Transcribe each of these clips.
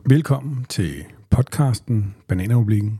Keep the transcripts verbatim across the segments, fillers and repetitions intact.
Velkommen til podcasten Bananrepublikken.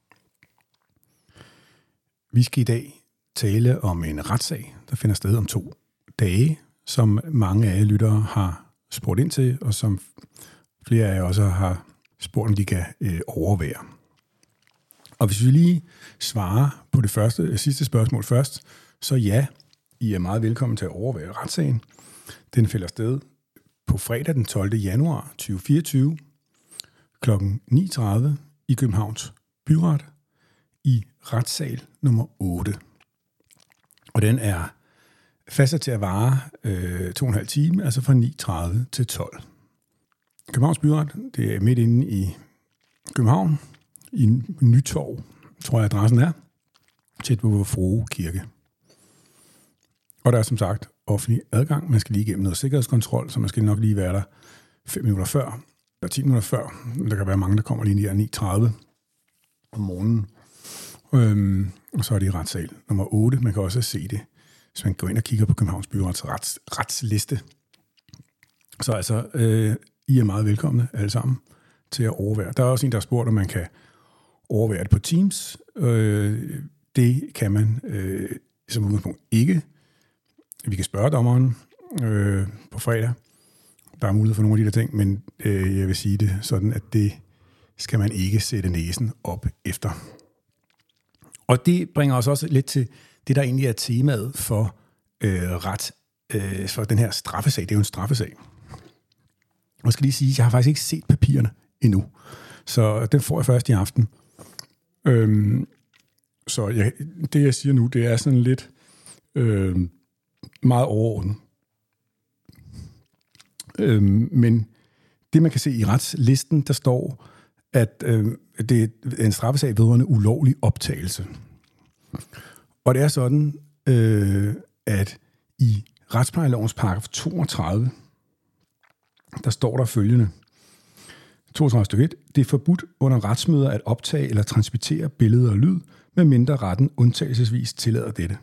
Vi skal i dag tale om en retssag, der finder sted om to dage, som mange af jer lyttere har spurgt ind til, og som flere af jer også har spurgt, om de kan øh, overvære. Og hvis vi lige svarer på det første, sidste spørgsmål først, så ja, I er meget velkommen til at overvære retssagen. Den finder sted på fredag den tolvte januar to tusind og fireogtyve klokken ni tredive i Københavns Byret i retssal nummer otte. Og den er fastsat til at vare øh, to og en halv time, altså fra ni tredive til tolv. Københavns Byret, det er midt inde i København, i Nytorv, tror jeg adressen er, tæt på Frue Kirke. Og der er som sagt offentlig adgang. Man skal lige igennem noget sikkerhedskontrol, så man skal nok lige være der fem minutter før, eller ti minutter før. Der kan være mange, der kommer lige der ni tredive om morgenen. Øhm, og så er det i retssal nummer otte. Man kan også se det, hvis man går ind og kigger på Københavns Byrets rets, retsliste. Så altså, øh, I er meget velkomne alle sammen til at overvære. Der er også en, der har spurgt, om man kan overvære det på Teams. Øh, det kan man øh, som udgangspunkt ikke. Vi kan spørge dommeren øh, på fredag. Der er mulighed for nogle af de der ting, men øh, jeg vil sige det sådan, at det skal man ikke sætte næsen op efter. Og det bringer os også lidt til det, der egentlig er temaet for øh, ret, øh, for den her straffesag. Det er jo en straffesag. Jeg skal lige sige, at jeg har faktisk ikke set papirerne endnu, så den får jeg først i aften. Øhm, så jeg, det, jeg siger nu, det er sådan lidt øh, meget overordnet. Øhm, men det, man kan se i retslisten, der står, at øh, det er en straffesag vedrørende ulovlig optagelse. Og det er sådan, øh, at i retsplejelovens paragraf toogtredive, der står der følgende. toogtredive stykke et. Det er forbudt under retsmøder at optage eller transmittere billeder og lyd, medmindre retten undtagelsesvis tillader dette.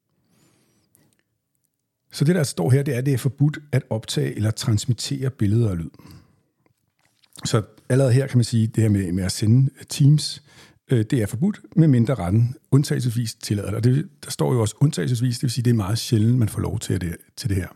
Så det, der står her, det er, at det er forbudt at optage eller transmittere billeder og lyd. Så allerede her kan man sige, at det her med, med at sende Teams, øh, det er forbudt, medmindre retten undtagelsesvis tillader det. Og det, der står jo også undtagelsesvis, det vil sige, at det er meget sjældent, man får lov til det, til det her.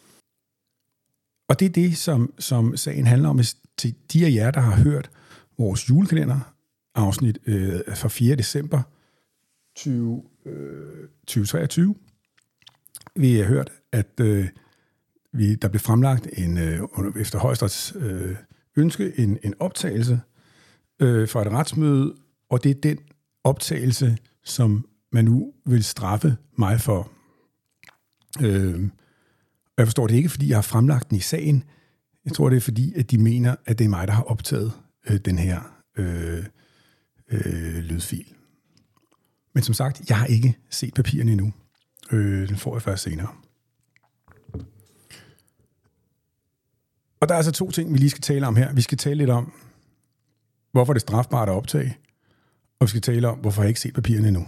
Og det er det, som, som sagen handler om. Til de af jer, der har hørt vores julekalender, afsnit øh, fra fjerde december tyve treogtyve, vi har hørt, at øh, vi, der blev fremlagt en, øh, efter Højesterets øh, ønske en, en optagelse øh, fra et retsmøde, og det er den optagelse, som man nu vil straffe mig for. Øh, jeg forstår det ikke, fordi jeg har fremlagt den i sagen. Jeg tror, det er fordi, at de mener, at det er mig, der har optaget øh, den her øh, øh, lydfil. Men som sagt, jeg har ikke set papirerne endnu. Øh, den får jeg først senere. Og der er altså to ting, vi lige skal tale om her. Vi skal tale lidt om, hvorfor det er strafbart at optage, og vi skal tale om, hvorfor jeg ikke set papirerne endnu.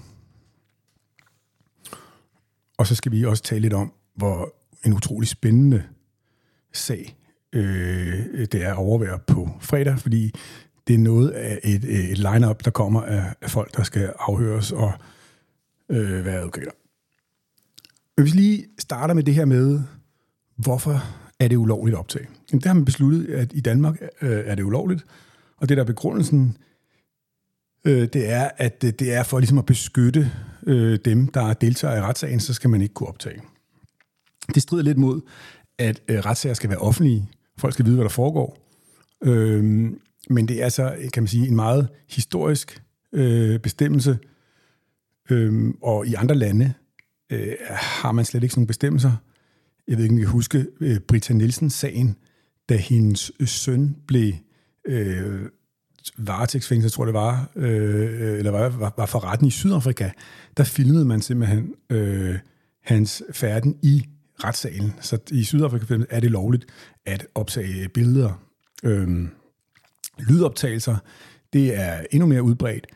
Og så skal vi også tale lidt om, hvor en utrolig spændende sag øh, det er at overvære på fredag, fordi det er noget af et, et line-up, der kommer af, af folk, der skal afhøres og øh, være advokater. Hvis vi lige starter med det her med, hvorfor er det ulovligt at optage? Jamen, der har man besluttet, at i Danmark øh, er det ulovligt, og det der begrundelsen, øh, det er, at det er for ligesom at beskytte øh, dem, der deltager i retssagen, så skal man ikke kunne optage. Det strider lidt mod, at øh, retssager skal være offentlige. Folk skal vide, hvad der foregår. Øh, men det er så, kan man sige, en meget historisk øh, bestemmelse, øh, og i andre lande øh, har man slet ikke sådan nogle bestemmelser. Jeg ved ikke, om I kan huske øh, Britta Nielsen-sagen, da hendes søn blev øh, varetægtsfængslet, tror det var, øh, eller var, var, var for retten i Sydafrika. Der filmede man simpelthen øh, hans færden i retssalen. Så i Sydafrika er det lovligt at optage billeder. Øhm, lydoptagelser, det er endnu mere udbredt.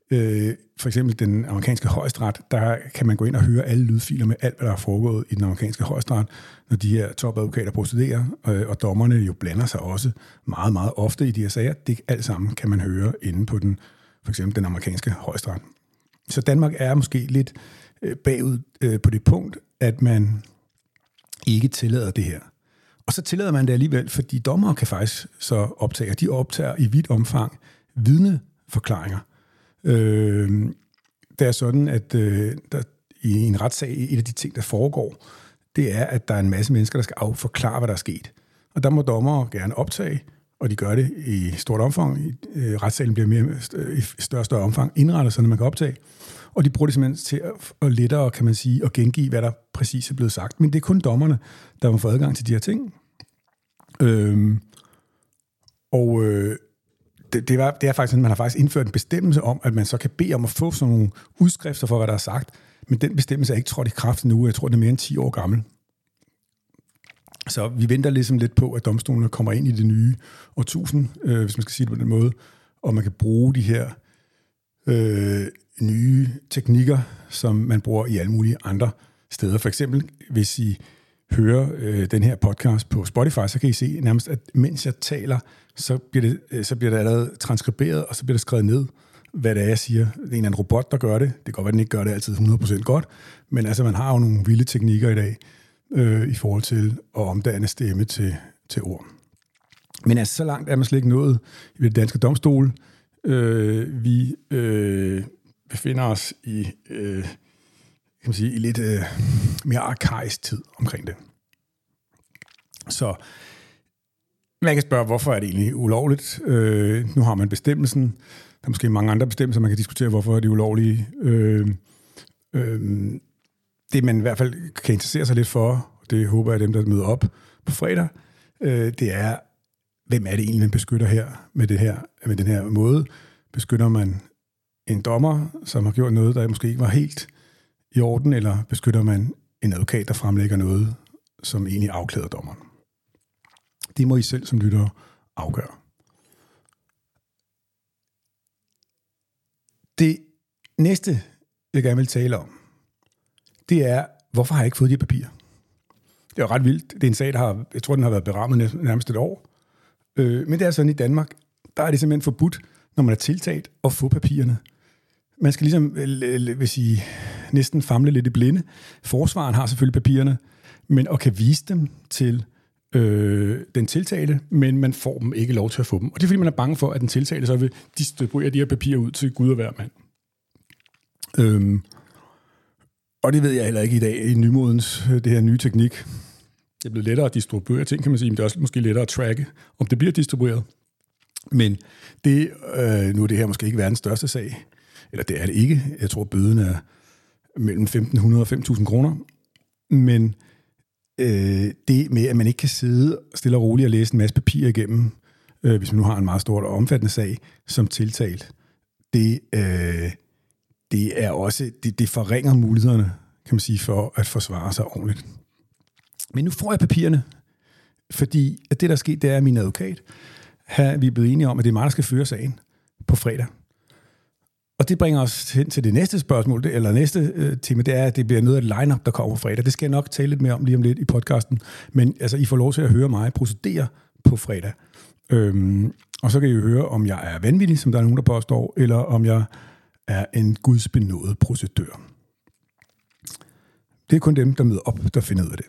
Øh, for eksempel den amerikanske højesteret, der kan man gå ind og høre alle lydfiler med alt, hvad der er foregået i den amerikanske højesteret, når de her topadvokater procederer, øh, og dommerne jo blander sig også meget, meget ofte i de her sager. Det alt sammen kan man høre inde på den, for eksempel den amerikanske højesteret. Så Danmark er måske lidt øh, bagud øh, på det punkt, at man ikke tillader det her. Og så tillader man det alligevel, fordi dommere kan faktisk så optage, de optager i vidt omfang vidneforklaringer. Øh, det er sådan, at øh, der, i en retssag, et af de ting, der foregår, det er, at der er en masse mennesker, der skal forklare, hvad der er sket. Og der må dommere gerne optage, og de gør det i stort omfang. Øh, retssagen bliver mere, i større og større omfang indrettet, så man kan optage. Og de bruger det simpelthen til at, at lettere, kan man sige, at gengive, hvad der præcis er blevet sagt. Men det er kun dommerne, der må få adgang til de her ting. Øh, og øh, Det, det, var, det er faktisk sådan, man har faktisk indført en bestemmelse om, at man så kan bede om at få sådan nogle udskrifter for, hvad der er sagt, men den bestemmelse er ikke trådt i kraft nu. Jeg tror, det er mere end ti år gammel. Så vi venter ligesom lidt på, at domstolene kommer ind i det nye årtusind, øh, hvis man skal sige det på den måde, og man kan bruge de her øh, nye teknikker, som man bruger i alle mulige andre steder. For eksempel, hvis I hører øh, den her podcast på Spotify, så kan I se nærmest, at mens jeg taler, så bliver det, øh, så bliver det allerede transkriberet, og så bliver det skrevet ned, hvad det er, jeg siger. Det er en eller anden robot, der gør det. Det kan godt være, den ikke gør det altid hundrede procent godt, men altså, man har jo nogle vilde teknikker i dag, øh, i forhold til at omdanne stemme til, til ord. Men altså, så langt er man slet ikke nået i det danske domstol. Øh, vi øh, befinder os i... Øh, kan man sige, i lidt øh, mere arkaisk tid omkring det. Så man kan spørge, hvorfor er det egentlig ulovligt? Øh, nu har man bestemmelsen. Der er måske mange andre bestemmelser, man kan diskutere, hvorfor er det ulovlige. Øh, øh, det, man i hvert fald kan interessere sig lidt for, det håber jeg, dem, der møder op på fredag, øh, det er, hvem er det egentlig, man beskytter her med, det her med den her måde? Beskytter man en dommer, som har gjort noget, der måske ikke var helt i orden, eller beskytter man en advokat, der fremlægger noget, som egentlig afklæder dommeren? Det må I selv som lyttere afgøre. Det næste, jeg gerne vil tale om, det er, hvorfor har jeg ikke fået de her papirer? Det er jo ret vildt. Det er en sag, der har, jeg tror, den har været berammet nærmest et år. Øh, men det er sådan i Danmark, der er det simpelthen forbudt, når man er tiltalt, at få papirerne. Man skal ligesom, hvis I næsten famle lidt i blinde. Forsvaren har selvfølgelig papirerne, men og kan vise dem til øh, den tiltalte, men man får dem ikke lov til at få dem. Og det er fordi, man er bange for, at den tiltalte så vil distribuere de her papirer ud til Gud og hver mand. Øhm, og det ved jeg heller ikke i dag i nymodens, det her nye teknik. Det er blevet lettere at distribuere ting, kan man sige, men det er også måske lettere at tracke, om det bliver distribueret. Men det, øh, nu er det her måske ikke verdens største sag, eller det er det ikke. Jeg tror, bøden er mellem femten hundrede og fem tusind kroner. Men øh, det med, at man ikke kan sidde stille og roligt og læse en masse papir igennem, øh, hvis man nu har en meget stor og omfattende sag, som tiltalt, det, øh, det er også, det, det forringer mulighederne, kan man sige, for at forsvare sig ordentligt. Men nu får jeg papirerne, fordi at det, der er sket, det er, at min advokat, her, vi er blevet enige om, at det er mig, der skal føre sagen på fredag. Og det bringer os hen til det næste spørgsmål, det, eller næste øh, tema, det er, at det bliver noget af et line-up, der kommer på fredag. Det skal jeg nok tale lidt mere om lige om lidt i podcasten. Men altså, I får lov til at høre mig procedere på fredag. Øhm, og så kan I jo høre, om jeg er vanvittig, som der er nogen, der påstår, eller om jeg er en gudsbenådet procedør. Det er kun dem, der møder op, der finder ud af det.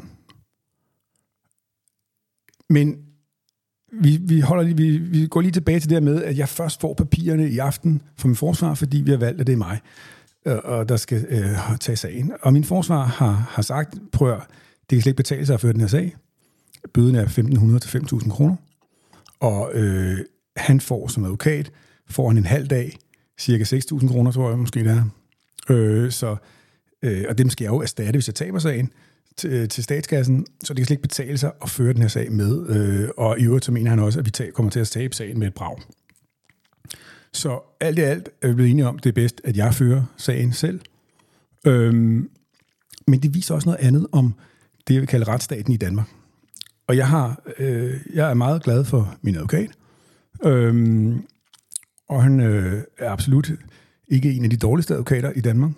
Men Vi, vi, holder lige, vi, vi går lige tilbage til det med, at jeg først får papirerne i aften fra min forsvar, fordi vi har valgt, at det er mig, og der skal øh, tage sagen. Og min forsvar har, har sagt, prøv at, det kan slet ikke betale sig at føre den her sag. Bøden er femten hundrede til fem tusind kroner. Og øh, han får som advokat, får han en halv dag, cirka seks tusind kroner, tror jeg måske det er. Øh, så, øh, og dem skal jeg jo erstatte, hvis jeg taber sagen til, til statskassen, så det kan slet ikke betale sig at føre den her sag med. Øh, og i øvrigt så mener han også, at vi tager, kommer til at tabe sagen med et brag. Så alt i alt er vi blevet enige om, det er bedst, at jeg fører sagen selv. Øhm, men det viser også noget andet om det, jeg vil kalde retsstaten i Danmark. Og jeg, har, øh, jeg er meget glad for min advokat. Øhm, og han øh, er absolut ikke en af de dårligste advokater i Danmark.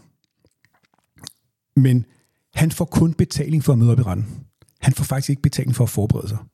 Men han får kun betaling for at møde op i retten. Han får faktisk ikke betaling for at forberede sig.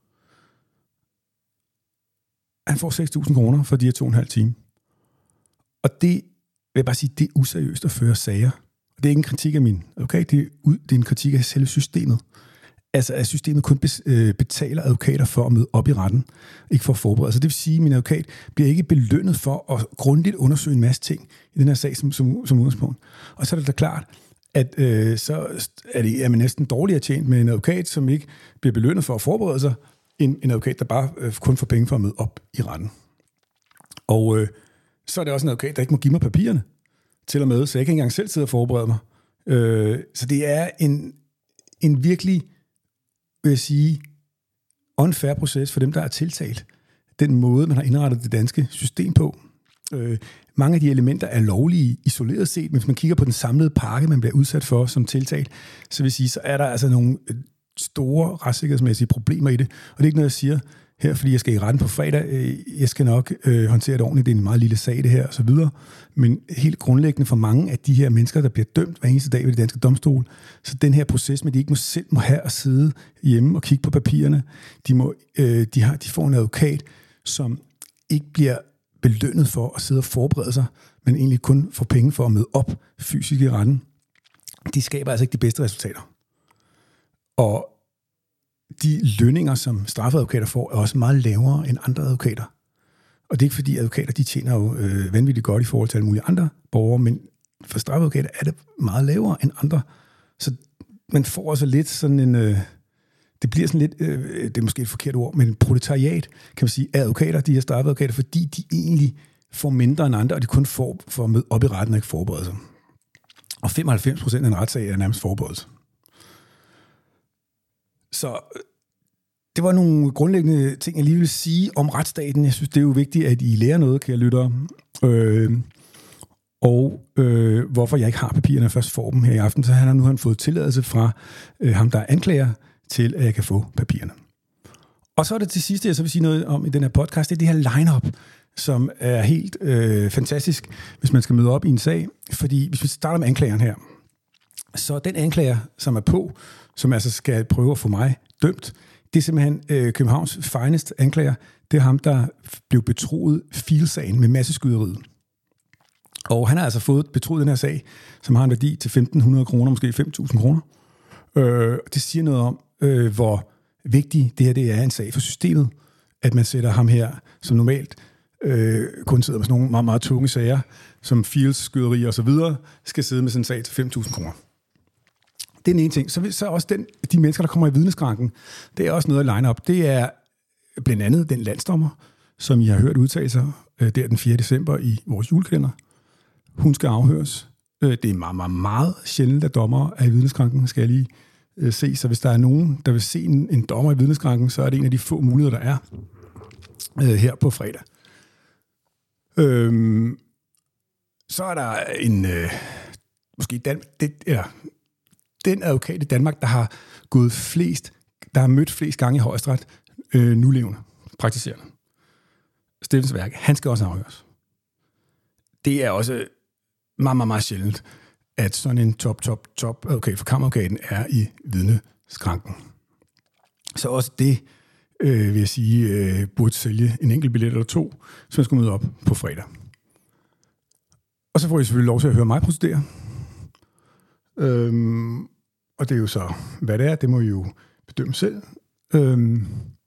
Han får seks tusind kroner for de her to og en halv time. Og det, vil jeg bare sige, det er useriøst at føre sager. Det er ikke en kritik af min advokat, det er, det er en kritik af selve systemet. Altså, at systemet kun betaler advokater for at møde op i retten, ikke for at forberede sig. Det vil sige, at min advokat bliver ikke belønnet for at grundigt undersøge en masse ting i den her sag som, som, som udgangspunkt. Og så er det da klart, at øh, så er, det, er man næsten dårligere tjent med en advokat, som ikke bliver belønnet for at forberede sig, end en advokat, der bare øh, kun får penge for at møde op i retten. Og øh, så er det også en advokat, der ikke må give mig papirerne til at møde, så jeg kan ikke engang selv sidde og forberede mig. Øh, så det er en, en virkelig, vil jeg sige, unfair proces for dem, der er tiltalt. Den måde, man har indrettet det danske system på. Øh, mange af de elementer er lovlige isoleret set, men hvis man kigger på den samlede pakke, man bliver udsat for som tiltalt, så vil sige, så er der altså nogle store retssikkerhedsmæssige problemer i det. Og det er ikke noget, jeg siger her, fordi jeg skal i retten på fredag. Jeg skal nok øh, håndtere det ordentligt. Det er en meget lille sag, det her, og så videre. Men helt grundlæggende for mange af de her mennesker, der bliver dømt hver eneste dag ved det danske domstol, så den her proces med, at de ikke må selv må have at sidde hjemme og kigge på papirerne, de, må, øh, de, har, de får en advokat, som ikke bliver belønnet for at sidde og forberede sig, men egentlig kun får penge for at møde op fysisk i retten. De skaber altså ikke de bedste resultater. Og de lønninger, som straffeadvokater får, er også meget lavere end andre advokater. Og det er ikke fordi advokater, de tjener jo øh, vanvittigt godt i forhold til alle mulige andre borgere, men for straffeadvokater er det meget lavere end andre. Så man får også lidt sådan en... Øh, det bliver sådan lidt, øh, det er måske et forkert ord, men proletariat, kan man sige, af advokater, de her straffeadvokater, fordi de egentlig får mindre end andre, og de kun får for at møde op i retten og ikke forberede sig. Og femoghalvfems procent af en retssag er nærmest forberedelse. Så det var nogle grundlæggende ting, jeg lige vil sige om retsstaten. Jeg synes, det er jo vigtigt, at I lærer noget, kære lyttere. Øh, og øh, hvorfor jeg ikke har papirerne, jeg først får dem her i aften. Så han har nu han fået tilladelse fra øh, ham, der er anklager, til at jeg kan få papirerne. Og så er det til sidst, jeg så vil sige noget om i den her podcast, det er det her line-up, som er helt øh, fantastisk, hvis man skal møde op i en sag. Fordi hvis vi starter med anklageren her, så den anklager, som er på, som altså skal prøve at få mig dømt, det er simpelthen øh, Københavns finest anklager. Det er ham, der blev betroet filsagen med masseskyderiet. Og han har altså fået betroet den her sag, som har en værdi til femten hundrede kroner, måske fem tusind kroner. Øh, det siger noget om, øh, hvor vigtigt det her det er en sag for systemet, at man sætter ham her, som normalt øh, kun sidder med sådan nogle meget, meget tunge sager, som filsskyderi og så videre, skal sidde med sådan en sag til fem tusind kroner. Det er den ene ting. Så, så også den, de mennesker, der kommer i vidneskranken, det er også noget at line op. Det er blandt andet den landsdommer, som I har hørt udtale sig øh, der den fjerde december i vores julekalender. Hun skal afhøres. Øh, det er meget, meget, meget sjældent, at dommer er i vidneskranken, skal jeg lige øh, se. Så hvis der er nogen, der vil se en, en dommer i vidneskranken, så er det en af de få muligheder, der er øh, her på fredag. Øh, så er der en... Øh, måske Dan, det, ja, den advokat i Danmark, der har gået flest, der har mødt flest gange i højesteret, øh, nulevende, praktiserende. Steffens Værk, han skal også afhøres. Det er også meget, meget, meget sjældent, at sådan en top, top, top advokat for kammeradvokaten er i vidneskranken. Så også det, øh, vil jeg sige, øh, burde sælge en enkelt billet eller to, så man skulle møde op på fredag. Og så får I selvfølgelig lov til at høre mig procedere. Øhm, og det er jo så, hvad det er, det må I jo bedømme selv. Øhm,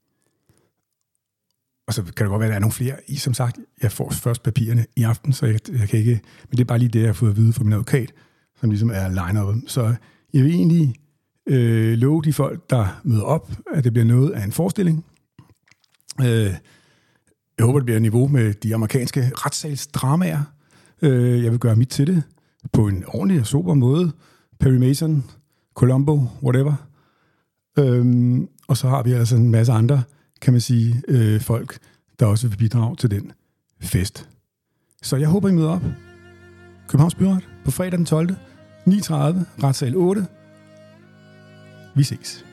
og så kan det godt være, at der er nogle flere i, som sagt, jeg får først papirerne i aften, så jeg, jeg kan ikke, men det er bare lige det, jeg har fået at vide fra min advokat, som ligesom er line-up'et. Så jeg vil egentlig øh, love de folk, der møder op, at det bliver noget af en forestilling. Øh, jeg håber, det bliver niveau med de amerikanske retssalsdramaer. Øh, jeg vil gøre mit til det på en ordentlig og sober måde. Perry Mason, Columbo, whatever. Øhm, og så har vi altså en masse andre, kan man sige, øh, folk, der også vil bidrage til den fest. Så jeg håber, I møder op. Københavns Byret på fredag den tolvte ni tredive, retssal otte. Vi ses.